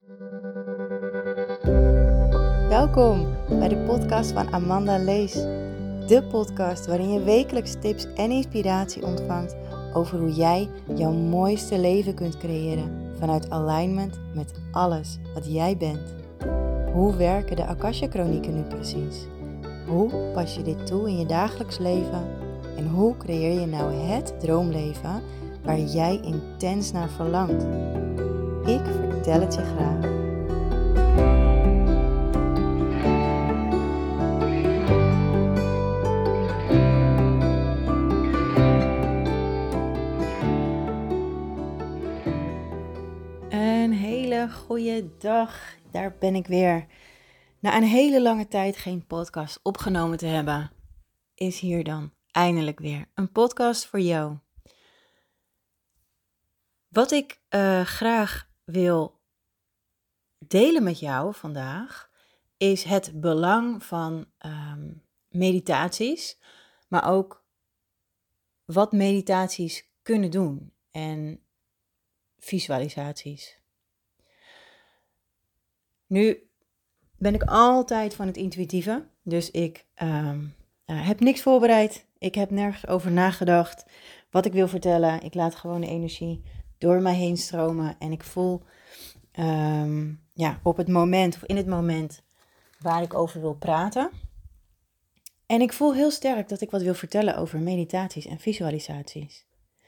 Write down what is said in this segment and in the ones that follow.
Welkom bij de podcast van Amanda Lees. De podcast waarin je wekelijks tips en inspiratie ontvangt over hoe jij jouw mooiste leven kunt creëren vanuit alignment met alles wat jij bent. Hoe werken de Akasha-chronieken nu precies? Hoe pas je dit toe in je dagelijks leven? En hoe creëer je nou het droomleven waar jij intens naar verlangt? Ik vertel het je graag. Een hele goede dag, daar ben ik weer. Na een hele lange tijd geen podcast opgenomen te hebben, is hier dan eindelijk weer een podcast voor jou. Wat ik graag wil delen met jou vandaag is het belang van meditaties, maar ook wat meditaties kunnen doen en visualisaties. Nu ben ik altijd van het intuïtieve, dus ik heb niks voorbereid. Ik heb nergens over nagedacht wat ik wil vertellen. Ik laat gewoon de energie door mij heen stromen en ik voel op het moment of in het moment waar ik over wil praten. En ik voel heel sterk dat ik wat wil vertellen over meditaties en visualisaties.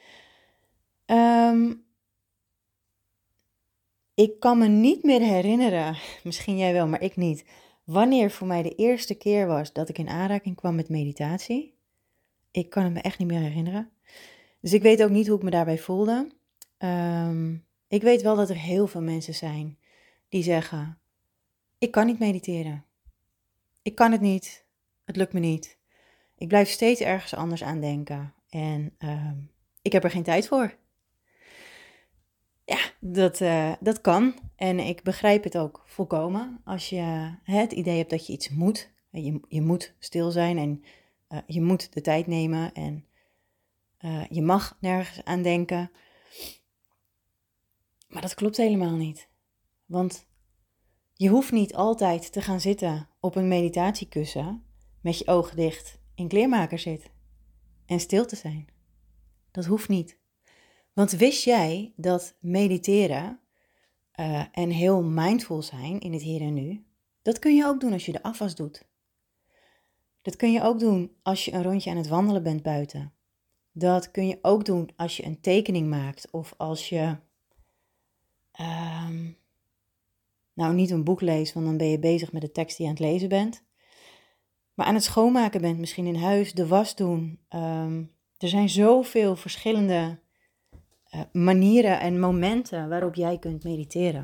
Ik kan me niet meer herinneren, misschien jij wel, maar ik niet, wanneer voor mij de eerste keer was dat ik in aanraking kwam met meditatie. Ik kan het me echt niet meer herinneren. Dus ik weet ook niet hoe ik me daarbij voelde. Ik weet wel dat er heel veel mensen zijn die zeggen, ik kan niet mediteren. Ik kan het niet, het lukt me niet. Ik blijf steeds ergens anders aan denken en ik heb er geen tijd voor. Ja, dat kan en ik begrijp het ook volkomen. Als je het idee hebt dat je iets moet, je moet stil zijn en je moet de tijd nemen en je mag nergens aan denken. Maar dat klopt helemaal niet. Want je hoeft niet altijd te gaan zitten op een meditatiekussen met je ogen dicht in kleermakerszit en stil te zijn. Dat hoeft niet. Want wist jij dat mediteren en heel mindful zijn in het hier en nu, dat kun je ook doen als je de afwas doet. Dat kun je ook doen als je een rondje aan het wandelen bent buiten. Dat kun je ook doen als je een tekening maakt of als je niet een boek leest, want dan ben je bezig met de tekst die je aan het lezen bent. Maar aan het schoonmaken bent, misschien in huis, de was doen. Er zijn zoveel verschillende manieren en momenten waarop jij kunt mediteren.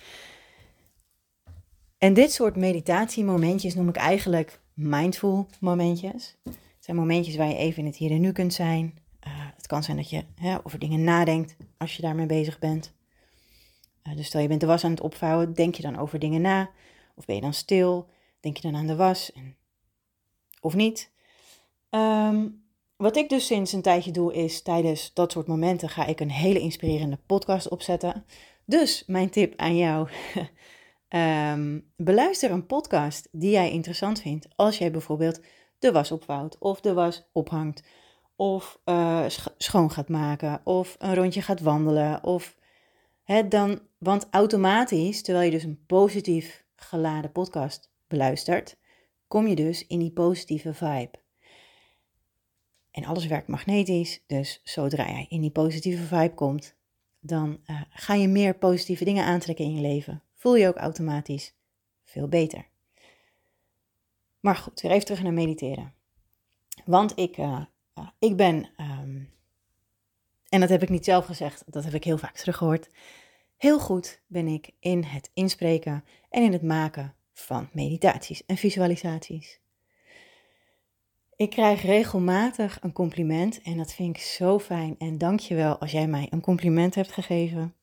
En dit soort meditatiemomentjes noem ik eigenlijk mindful momentjes. Het zijn momentjes waar je even in het hier en nu kunt zijn. Het kan zijn dat je over dingen nadenkt als je daarmee bezig bent. Dus stel je bent de was aan het opvouwen, denk je dan over dingen na? Of ben je dan stil? Denk je dan aan de was? Of niet? Wat ik dus sinds een tijdje doe is, tijdens dat soort momenten ga ik een hele inspirerende podcast opzetten. Dus mijn tip aan jou, beluister een podcast die jij interessant vindt. Als jij bijvoorbeeld de was opvouwt of de was ophangt of schoon gaat maken of een rondje gaat wandelen. Want automatisch, terwijl je dus een positief geladen podcast beluistert, kom je dus in die positieve vibe. En alles werkt magnetisch, dus zodra jij in die positieve vibe komt, dan ga je meer positieve dingen aantrekken in je leven. Voel je ook automatisch veel beter. Maar goed, weer even terug naar mediteren. Want ik ben, en dat heb ik niet zelf gezegd, dat heb ik heel vaak teruggehoord, heel goed ben ik in het inspreken en in het maken van meditaties en visualisaties. Ik krijg regelmatig een compliment en dat vind ik zo fijn. En dank je wel als jij mij een compliment hebt gegeven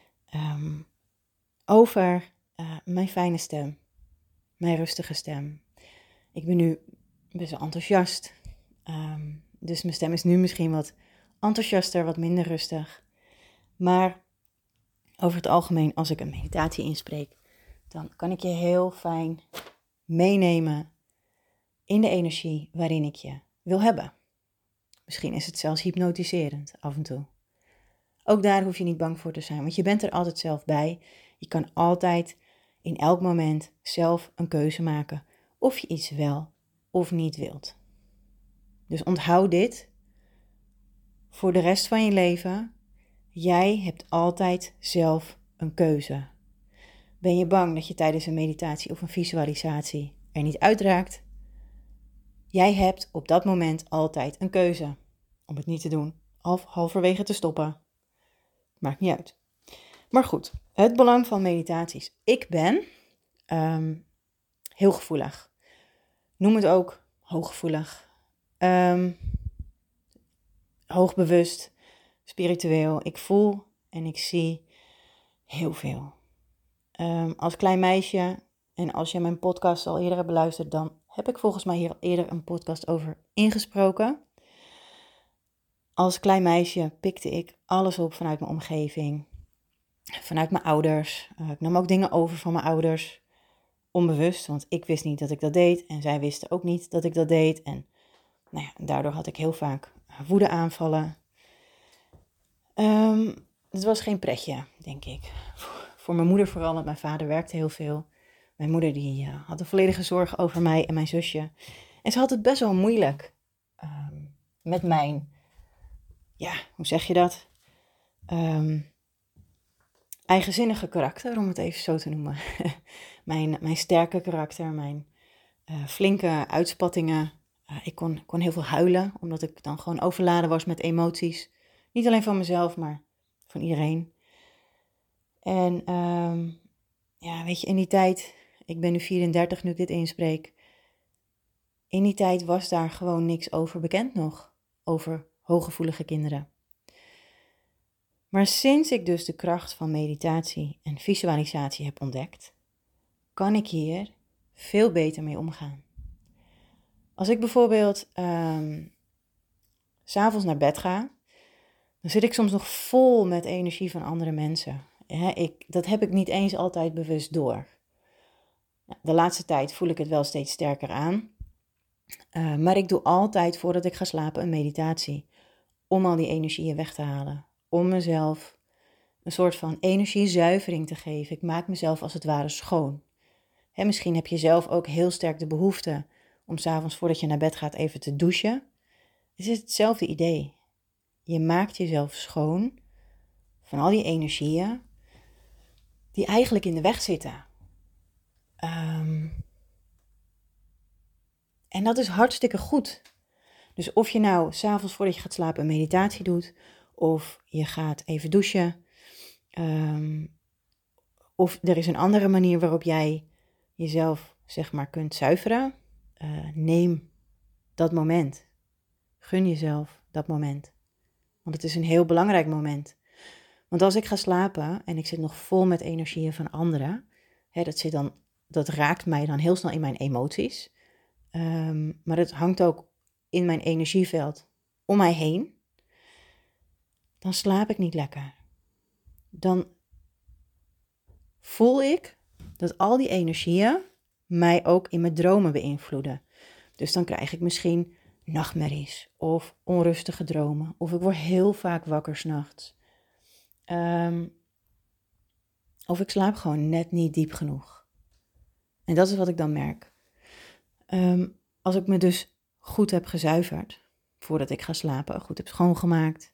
over mijn fijne stem, mijn rustige stem. Ik ben nu best wel enthousiast, dus mijn stem is nu misschien wat enthousiaster, wat minder rustig. Maar over het algemeen, als ik een meditatie inspreek, dan kan ik je heel fijn meenemen in de energie waarin ik je wil hebben. Misschien is het zelfs hypnotiserend af en toe. Ook daar hoef je niet bang voor te zijn, want je bent er altijd zelf bij. Je kan altijd in elk moment zelf een keuze maken of je iets wel of niet wilt. Dus onthoud dit voor de rest van je leven. Jij hebt altijd zelf een keuze. Ben je bang dat je tijdens een meditatie of een visualisatie er niet uitraakt? Jij hebt op dat moment altijd een keuze om het niet te doen of halverwege te stoppen. Maakt niet uit. Maar goed, het belang van meditaties. Ik ben heel gevoelig. Noem het ook hooggevoelig. Hoogbewust, spiritueel. Ik voel en ik zie heel veel. Als klein meisje, en als je mijn podcast al eerder hebt beluisterd, dan heb ik volgens mij hier eerder een podcast over ingesproken. Als klein meisje pikte ik alles op vanuit mijn omgeving, vanuit mijn ouders. Ik nam ook dingen over van mijn ouders, onbewust, want ik wist niet dat ik dat deed en zij wisten ook niet dat ik dat deed. En daardoor had ik heel vaak woedeaanvallen. Het was geen pretje, denk ik. Voor mijn moeder vooral, want mijn vader werkte heel veel. Mijn moeder die had de volledige zorg over mij en mijn zusje. En ze had het best wel moeilijk met mijn, hoe zeg je dat? Eigenzinnige karakter, om het even zo te noemen. mijn sterke karakter, mijn flinke uitspattingen. Ik kon heel veel huilen, omdat ik dan gewoon overladen was met emoties. Niet alleen van mezelf, maar van iedereen. En weet je, in die tijd, ik ben nu 34 nu ik dit inspreek. In die tijd was daar gewoon niks over bekend nog, over hooggevoelige kinderen. Maar sinds ik dus de kracht van meditatie en visualisatie heb ontdekt, kan ik hier veel beter mee omgaan. Als ik bijvoorbeeld 's avonds naar bed ga, dan zit ik soms nog vol met energie van andere mensen. Dat heb ik niet eens altijd bewust door. De laatste tijd voel ik het wel steeds sterker aan. Maar ik doe altijd voordat ik ga slapen een meditatie. Om al die energieën weg te halen. Om mezelf een soort van energiezuivering te geven. Ik maak mezelf als het ware schoon. Misschien heb je zelf ook heel sterk de behoefte om 's avonds voordat je naar bed gaat even te douchen. Het is hetzelfde idee. Je maakt jezelf schoon van al die energieën die eigenlijk in de weg zitten. En dat is hartstikke goed. Dus of je nou 's avonds voordat je gaat slapen een meditatie doet, of je gaat even douchen, of er is een andere manier waarop jij jezelf zeg maar kunt zuiveren, neem dat moment. Gun jezelf dat moment. Want het is een heel belangrijk moment. Want als ik ga slapen en ik zit nog vol met energieën van anderen, dat raakt mij dan heel snel in mijn emoties. Maar het hangt ook in mijn energieveld om mij heen. Dan slaap ik niet lekker. Dan voel ik dat al die energieën mij ook in mijn dromen beïnvloeden. Dus dan krijg ik misschien nachtmerries of onrustige dromen. Of ik word heel vaak wakker 's nachts. Of ik slaap gewoon net niet diep genoeg. En dat is wat ik dan merk. Als ik me dus goed heb gezuiverd, voordat ik ga slapen, goed heb schoongemaakt,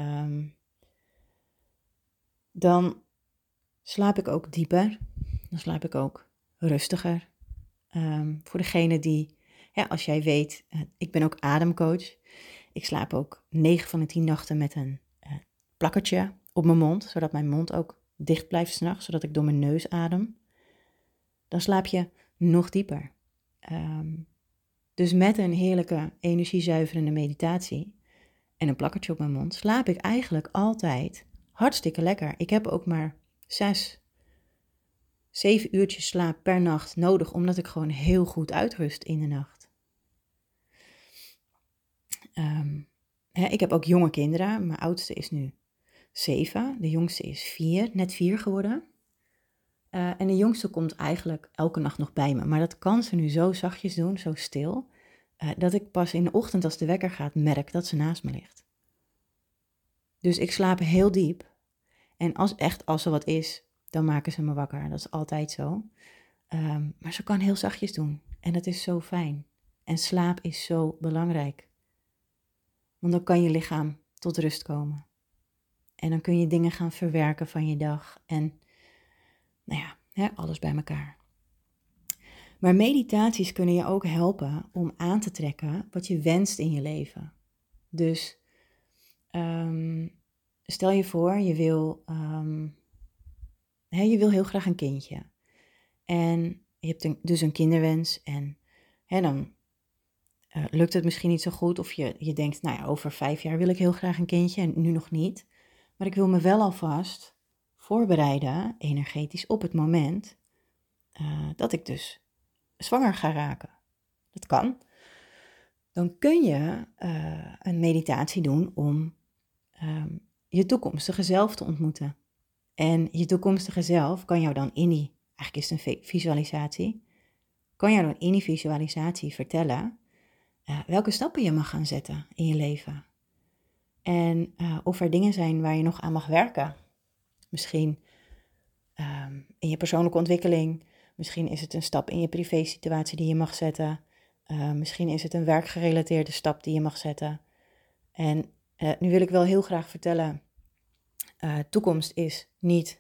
dan slaap ik ook dieper. Dan slaap ik ook rustiger. Voor degene die, als jij weet, ik ben ook ademcoach. Ik slaap ook 9 van de 10 nachten met een plakkertje op mijn mond, zodat mijn mond ook dicht blijft 's nachts, zodat ik door mijn neus adem. Dan slaap je nog dieper. Dus met een heerlijke energiezuiverende meditatie en een plakkertje op mijn mond slaap ik eigenlijk altijd hartstikke lekker. Ik heb ook maar 6, 7 uurtjes slaap per nacht nodig, omdat ik gewoon heel goed uitrust in de nacht. Ik heb ook jonge kinderen. Mijn oudste is nu 7, de jongste is 4, net 4 geworden. En de jongste komt eigenlijk elke nacht nog bij me. Maar dat kan ze nu zo zachtjes doen, zo stil, dat ik pas in de ochtend als de wekker gaat merk dat ze naast me ligt. Dus ik slaap heel diep. En als er wat is, dan maken ze me wakker. Dat is altijd zo. Maar ze kan heel zachtjes doen. En dat is zo fijn. En slaap is zo belangrijk. Want dan kan je lichaam tot rust komen. En dan kun je dingen gaan verwerken van je dag. En alles bij elkaar. Maar meditaties kunnen je ook helpen om aan te trekken wat je wenst in je leven. Dus stel je voor, je wil heel graag een kindje. En je hebt dus een kinderwens en dan lukt het misschien niet zo goed. Of je denkt, over 5 jaar wil ik heel graag een kindje en nu nog niet. Maar ik wil me wel alvast voorbereiden, energetisch, op het moment dat ik dus zwanger ga raken. Dat kan. Dan kun je een meditatie doen om je toekomstige zelf te ontmoeten. En je toekomstige zelf kan jou dan eigenlijk is het een visualisatie, kan jou dan in die visualisatie vertellen welke stappen je mag gaan zetten in je leven. En of er dingen zijn waar je nog aan mag werken. Misschien in je persoonlijke ontwikkeling. Misschien is het een stap in je privésituatie die je mag zetten. Misschien is het een werkgerelateerde stap die je mag zetten. En nu wil ik wel heel graag vertellen, toekomst is niet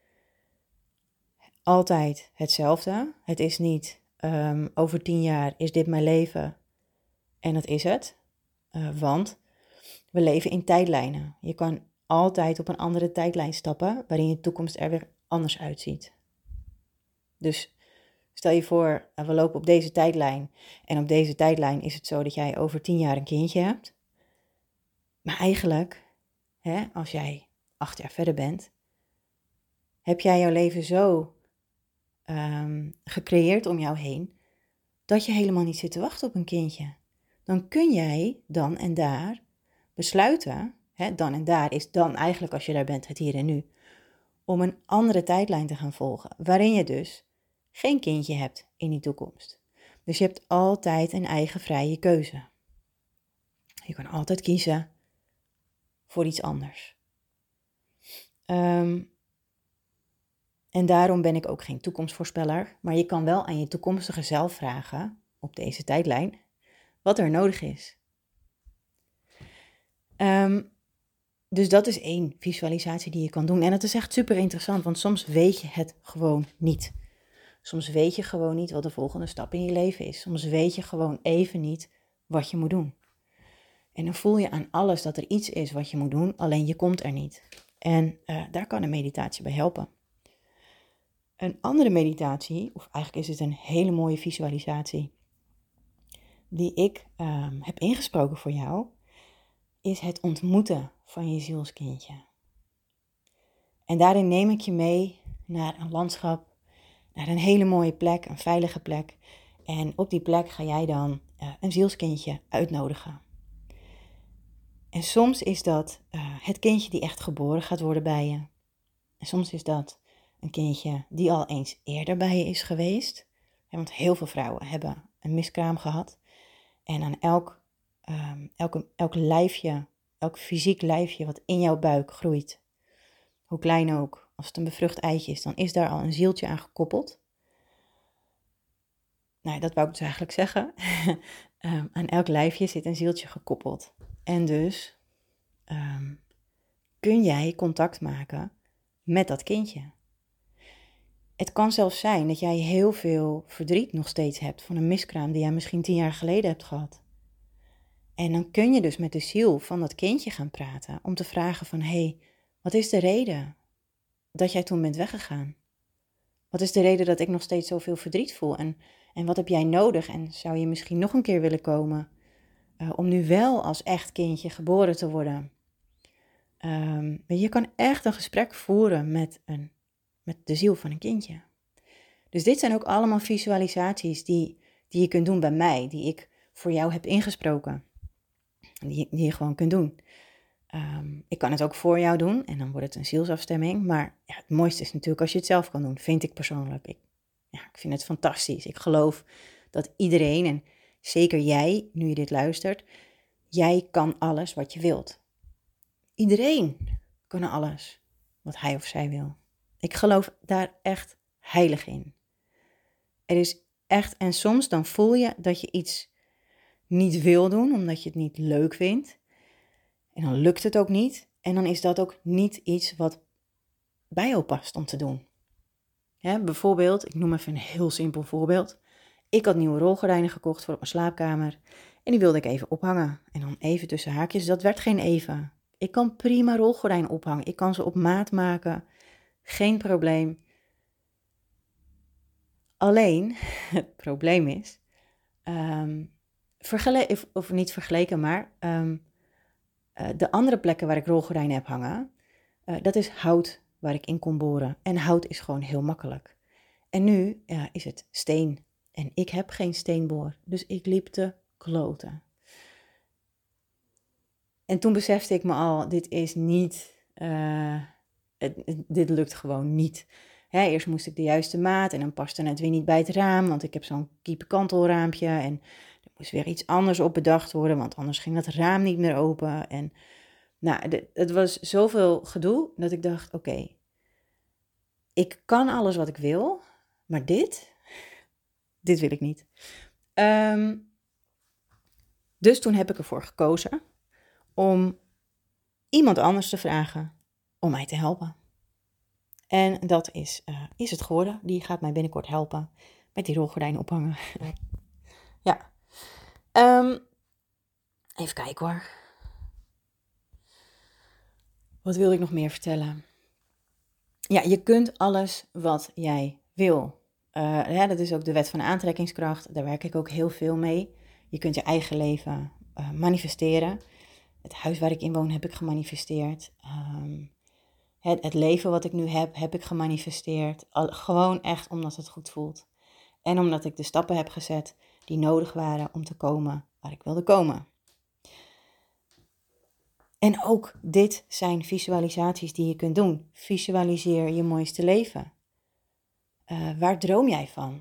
altijd hetzelfde. Het is niet over 10 jaar is dit mijn leven en dat is het. Want we leven in tijdlijnen. Je kan altijd op een andere tijdlijn stappen waarin je toekomst er weer anders uitziet. Dus stel je voor, we lopen op deze tijdlijn en op deze tijdlijn is het zo dat jij over 10 jaar een kindje hebt. Maar eigenlijk, als jij 8 jaar verder bent, heb jij jouw leven zo gecreëerd om jou heen, dat je helemaal niet zit te wachten op een kindje. Dan kun jij dan en daar besluiten, dan en daar is dan eigenlijk als je daar bent het hier en nu, om een andere tijdlijn te gaan volgen, waarin je dus geen kindje hebt in die toekomst. Dus je hebt altijd een eigen vrije keuze. Je kan altijd kiezen voor iets anders. En daarom ben ik ook geen toekomstvoorspeller, maar je kan wel aan je toekomstige zelf vragen, op deze tijdlijn, wat er nodig is. Dus dat is 1 visualisatie die je kan doen. En het is echt super interessant, want soms weet je het gewoon niet. Soms weet je gewoon niet wat de volgende stap in je leven is. Soms weet je gewoon even niet wat je moet doen. En dan voel je aan alles dat er iets is wat je moet doen, alleen je komt er niet. En daar kan een meditatie bij helpen. Een andere meditatie, of eigenlijk is het een hele mooie visualisatie, die ik heb ingesproken voor jou, is het ontmoeten van je zielskindje. En daarin neem ik je mee naar een landschap, naar een hele mooie plek, een veilige plek. En op die plek ga jij dan een zielskindje uitnodigen. En soms is dat het kindje die echt geboren gaat worden bij je. En soms is dat een kindje die al eens eerder bij je is geweest. Want heel veel vrouwen hebben een miskraam gehad. En aan elk lijfje, elk fysiek lijfje wat in jouw buik groeit, hoe klein ook, als het een bevrucht eitje is, dan is daar al een zieltje aan gekoppeld. Nou, dat wou ik dus eigenlijk zeggen. Aan elk lijfje zit een zieltje gekoppeld. En dus kun jij contact maken met dat kindje. Het kan zelfs zijn dat jij heel veel verdriet nog steeds hebt van een miskraam die jij misschien 10 jaar geleden hebt gehad. En dan kun je dus met de ziel van dat kindje gaan praten om te vragen van, hey, wat is de reden dat jij toen bent weggegaan? Wat is de reden dat ik nog steeds zoveel verdriet voel? En wat heb jij nodig? En zou je misschien nog een keer willen komen om nu wel als echt kindje geboren te worden? Je kan echt een gesprek voeren met de ziel van een kindje. Dus dit zijn ook allemaal visualisaties die je kunt doen bij mij, die ik voor jou heb ingesproken. Die je gewoon kunt doen. Ik kan het ook voor jou doen en dan wordt het een zielsafstemming. Maar ja, het mooiste is natuurlijk als je het zelf kan doen, vind ik persoonlijk. Ik vind het fantastisch. Ik geloof dat iedereen, en zeker jij, nu je dit luistert, jij kan alles wat je wilt. Iedereen kan alles wat hij of zij wil. Ik geloof daar echt heilig in. Er is echt, en soms dan voel je dat je iets niet wil doen, omdat je het niet leuk vindt. En dan lukt het ook niet. En dan is dat ook niet iets wat bij jou past om te doen. Bijvoorbeeld, ik noem even een heel simpel voorbeeld. Ik had nieuwe rolgordijnen gekocht voor op mijn slaapkamer. En die wilde ik even ophangen. En dan even tussen haakjes, dat werd geen even. Ik kan prima rolgordijnen ophangen. Ik kan ze op maat maken. Geen probleem. Alleen, het probleem is, niet vergeleken, maar de andere plekken waar ik rolgordijnen heb hangen, dat is hout waar ik in kon boren. En hout is gewoon heel makkelijk. En nu is het steen. En ik heb geen steenboor. Dus ik liep te kloten. En toen besefte ik me al, dit is niet, dit lukt gewoon niet. Eerst moest ik de juiste maat en dan paste het weer niet bij het raam, want ik heb zo'n kiepenkantelraampje en er moest weer iets anders op bedacht worden, want anders ging dat raam niet meer open. En nou, het was zoveel gedoe dat ik dacht, oké, ik kan alles wat ik wil, maar dit wil ik niet. Dus toen heb ik ervoor gekozen om iemand anders te vragen om mij te helpen. En dat is het geworden. Die gaat mij binnenkort helpen met die rolgordijn ophangen. Ja. Even kijken hoor. Wat wil ik nog meer vertellen? Ja, je kunt alles wat jij wil. Dat is ook de wet van de aantrekkingskracht. Daar werk ik ook heel veel mee. Je kunt je eigen leven manifesteren. Het huis waar ik in woon heb ik gemanifesteerd. Het leven wat ik nu heb ik gemanifesteerd. Gewoon echt omdat het goed voelt. En omdat ik de stappen heb gezet die nodig waren om te komen waar ik wilde komen. En ook dit zijn visualisaties die je kunt doen. Visualiseer je mooiste leven. Waar droom jij van?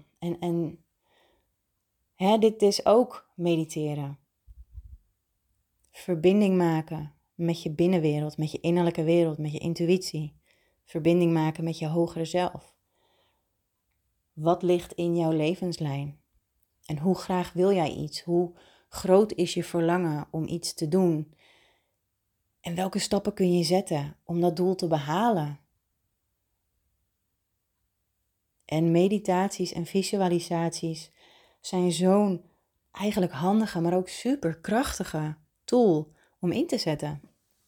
Dit is ook mediteren. Verbinding maken met je binnenwereld, met je innerlijke wereld, met je intuïtie. Verbinding maken met je hogere zelf. Wat ligt in jouw levenslijn? En hoe graag wil jij iets? Hoe groot is je verlangen om iets te doen? En welke stappen kun je zetten om dat doel te behalen? En meditaties en visualisaties zijn zo'n eigenlijk handige, maar ook super krachtige tool om in te zetten.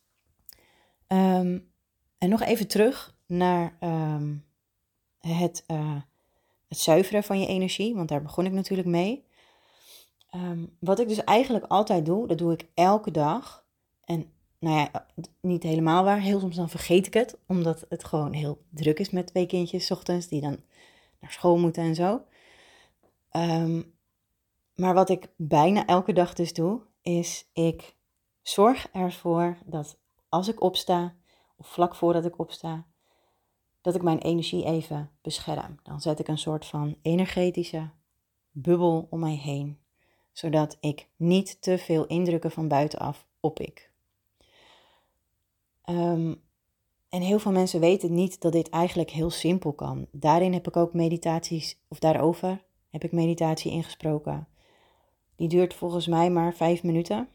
En nog even terug naar het zuiveren van je energie, want daar begon ik natuurlijk mee. Wat ik dus eigenlijk altijd doe, dat doe ik elke dag. En nou ja, niet helemaal waar. Heel soms dan vergeet ik het, omdat het gewoon heel druk is met 2 kindjes 's ochtends die dan naar school moeten en zo. Maar wat ik bijna elke dag dus doe, is ik zorg ervoor dat als ik opsta, of vlak voordat ik opsta, dat ik mijn energie even bescherm. Dan zet ik een soort van energetische bubbel om mij heen, zodat ik niet te veel indrukken van buitenaf oppik. En heel veel mensen weten niet dat dit eigenlijk heel simpel kan. Daarin heb ik ook meditaties, of daarover heb ik meditatie ingesproken. Die duurt volgens mij maar 5 minuten.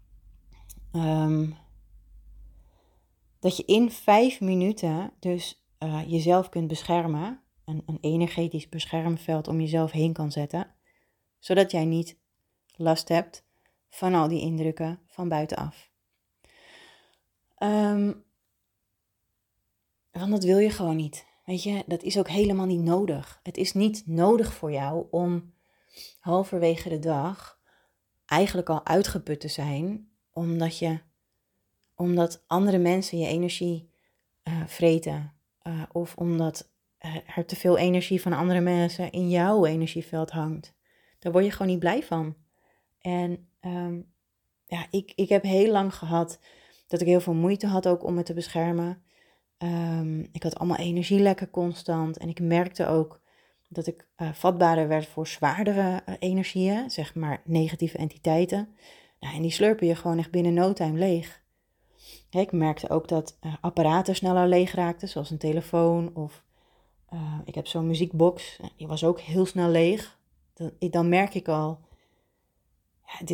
Dat je in 5 minuten dus jezelf kunt beschermen. Een energetisch beschermveld om jezelf heen kan zetten. Zodat jij niet last hebt van al die indrukken van buitenaf. Want dat wil je gewoon niet. Weet je, dat is ook helemaal niet nodig. Het is niet nodig voor jou om halverwege de dag eigenlijk al uitgeput te zijn, omdat andere mensen je energie vreten. Of omdat er te veel energie van andere mensen in jouw energieveld hangt. Daar word je gewoon niet blij van. En ik heb heel lang gehad Dat ik heel veel moeite had ook om me te beschermen. Ik had allemaal energielekken constant. En ik merkte ook dat ik vatbaarder werd voor zwaardere energieën, zeg maar negatieve entiteiten. Nou, en die slurpen je gewoon echt binnen no time leeg. Ik merkte ook dat apparaten sneller leeg raakten, zoals een telefoon of ik heb zo'n muziekbox. Die was ook heel snel leeg. Dan merk ik al, ja,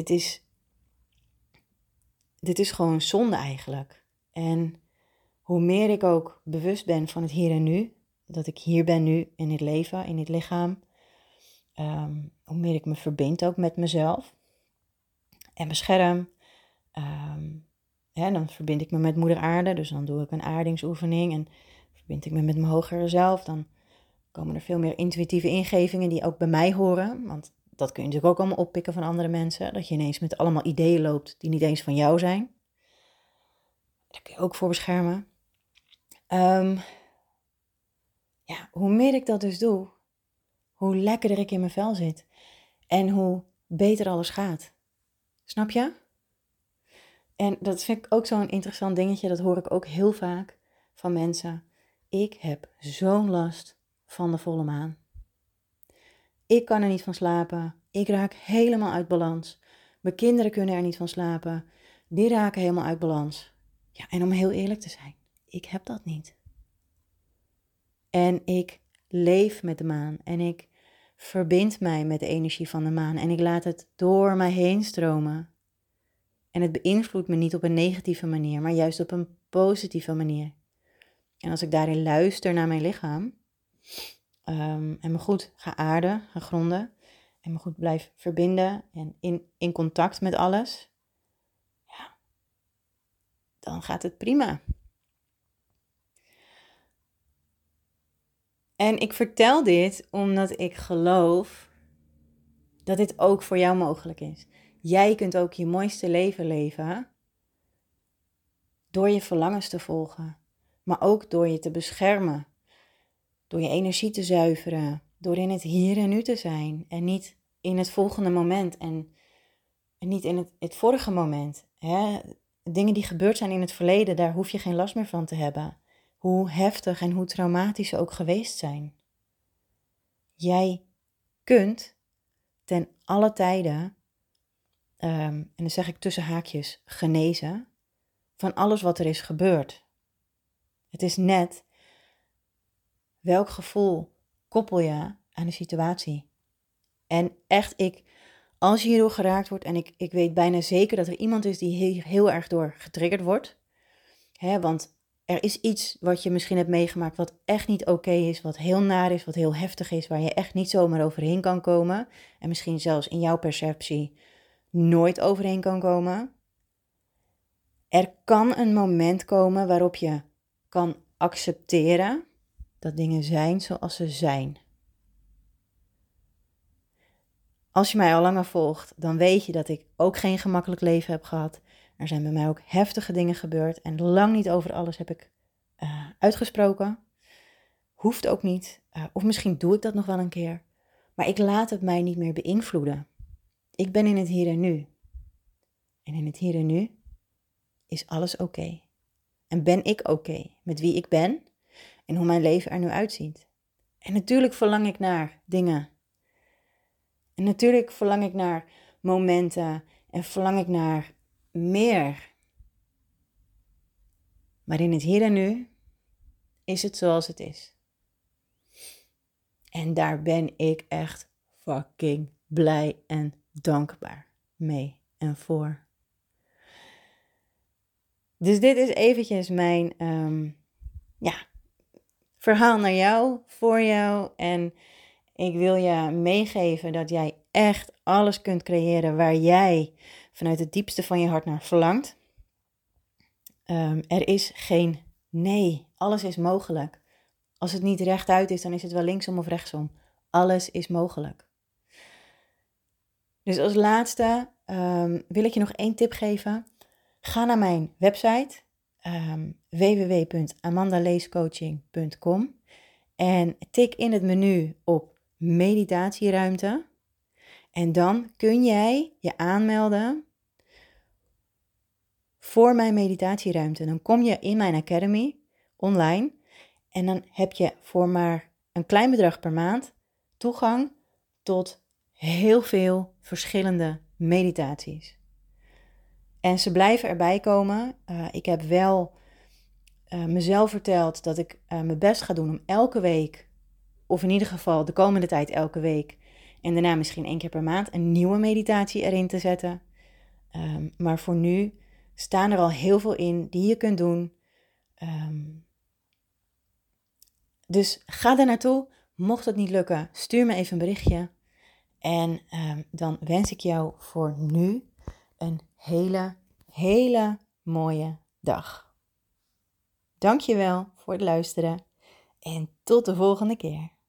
dit is gewoon zonde eigenlijk. En hoe meer ik ook bewust ben van het hier en nu, dat ik hier ben nu in dit leven, in dit lichaam, hoe meer ik me verbind ook met mezelf en bescherm. Dan verbind ik me met moeder aarde, dus dan doe ik een aardingsoefening en verbind ik me met mijn hogere zelf. Dan komen er veel meer intuïtieve ingevingen die ook bij mij horen, want dat kun je natuurlijk ook allemaal oppikken van andere mensen, dat je ineens met allemaal ideeën loopt die niet eens van jou zijn. Daar kun je ook voor beschermen. Hoe meer ik dat dus doe, hoe lekkerder ik in mijn vel zit en hoe beter alles gaat. Snap je? En dat vind ik ook zo'n interessant dingetje, dat hoor ik ook heel vaak van mensen. Ik heb zo'n last van de volle maan. Ik kan er niet van slapen. Ik raak helemaal uit balans. Mijn kinderen kunnen er niet van slapen. Die raken helemaal uit balans. Ja, en om heel eerlijk te zijn, ik heb dat niet. En ik leef met de maan en ik verbind mij met de energie van de maan en ik laat het door mij heen stromen. En het beïnvloedt me niet op een negatieve manier, maar juist op een positieve manier. En als ik daarin luister naar mijn lichaam en me goed ga aarden, ga gronden en me goed blijf verbinden en in contact met alles, ja, dan gaat het prima. En ik vertel dit omdat ik geloof dat dit ook voor jou mogelijk is. Jij kunt ook je mooiste leven leven door je verlangens te volgen, maar ook door je te beschermen, door je energie te zuiveren, door in het hier en nu te zijn en niet in het volgende moment en niet in het vorige moment. Hè? Dingen die gebeurd zijn in het verleden, daar hoef je geen last meer van te hebben. Hoe heftig en hoe traumatisch ze ook geweest zijn. Jij kunt ten alle tijden, en dan zeg ik tussen haakjes, genezen van alles wat er is gebeurd. Het is net welk gevoel koppel je aan de situatie. En echt, als je hierdoor geraakt wordt, en ik weet bijna zeker dat er iemand is die hier heel erg door getriggerd wordt. Want er is iets wat je misschien hebt meegemaakt wat echt niet oké is, wat heel naar is, wat heel heftig is, waar je echt niet zomaar overheen kan komen. En misschien zelfs in jouw perceptie nooit overheen kan komen. Er kan een moment komen waarop je kan accepteren dat dingen zijn zoals ze zijn. Als je mij al langer volgt, dan weet je dat ik ook geen gemakkelijk leven heb gehad. Er zijn bij mij ook heftige dingen gebeurd en lang niet over alles heb ik uitgesproken. Hoeft ook niet, of misschien doe ik dat nog wel een keer. Maar ik laat het mij niet meer beïnvloeden. Ik ben in het hier en nu. En in het hier en nu is alles oké. En ben ik oké met wie ik ben en hoe mijn leven er nu uitziet. En natuurlijk verlang ik naar dingen. En natuurlijk verlang ik naar momenten en verlang ik naar meer. Maar in het hier en nu is het zoals het is. En daar ben ik echt fucking blij en dankbaar mee en voor. Dus dit is eventjes mijn verhaal naar jou, voor jou. En ik wil je meegeven dat jij echt alles kunt creëren waar jij vanuit het diepste van je hart naar verlangt. Er is geen nee, alles is mogelijk. Als het niet rechtuit is, dan is het wel linksom of rechtsom. Alles is mogelijk. Dus als laatste wil ik je nog 1 tip geven. Ga naar mijn website www.amandaleescoaching.com en tik in het menu op meditatieruimte. En dan kun jij je aanmelden voor mijn meditatieruimte. Dan kom je in mijn Academy online en dan heb je voor maar een klein bedrag per maand toegang tot heel veel verschillende meditaties. En ze blijven erbij komen. Ik heb wel mezelf verteld dat ik mijn best ga doen om elke week, of in ieder geval de komende tijd elke week, en daarna misschien 1 keer per maand, een nieuwe meditatie erin te zetten. Maar voor nu staan er al heel veel in die je kunt doen. Dus ga er naartoe. Mocht het niet lukken, stuur me even een berichtje. En dan wens ik jou voor nu een hele mooie dag. Dankjewel voor het luisteren en tot de volgende keer.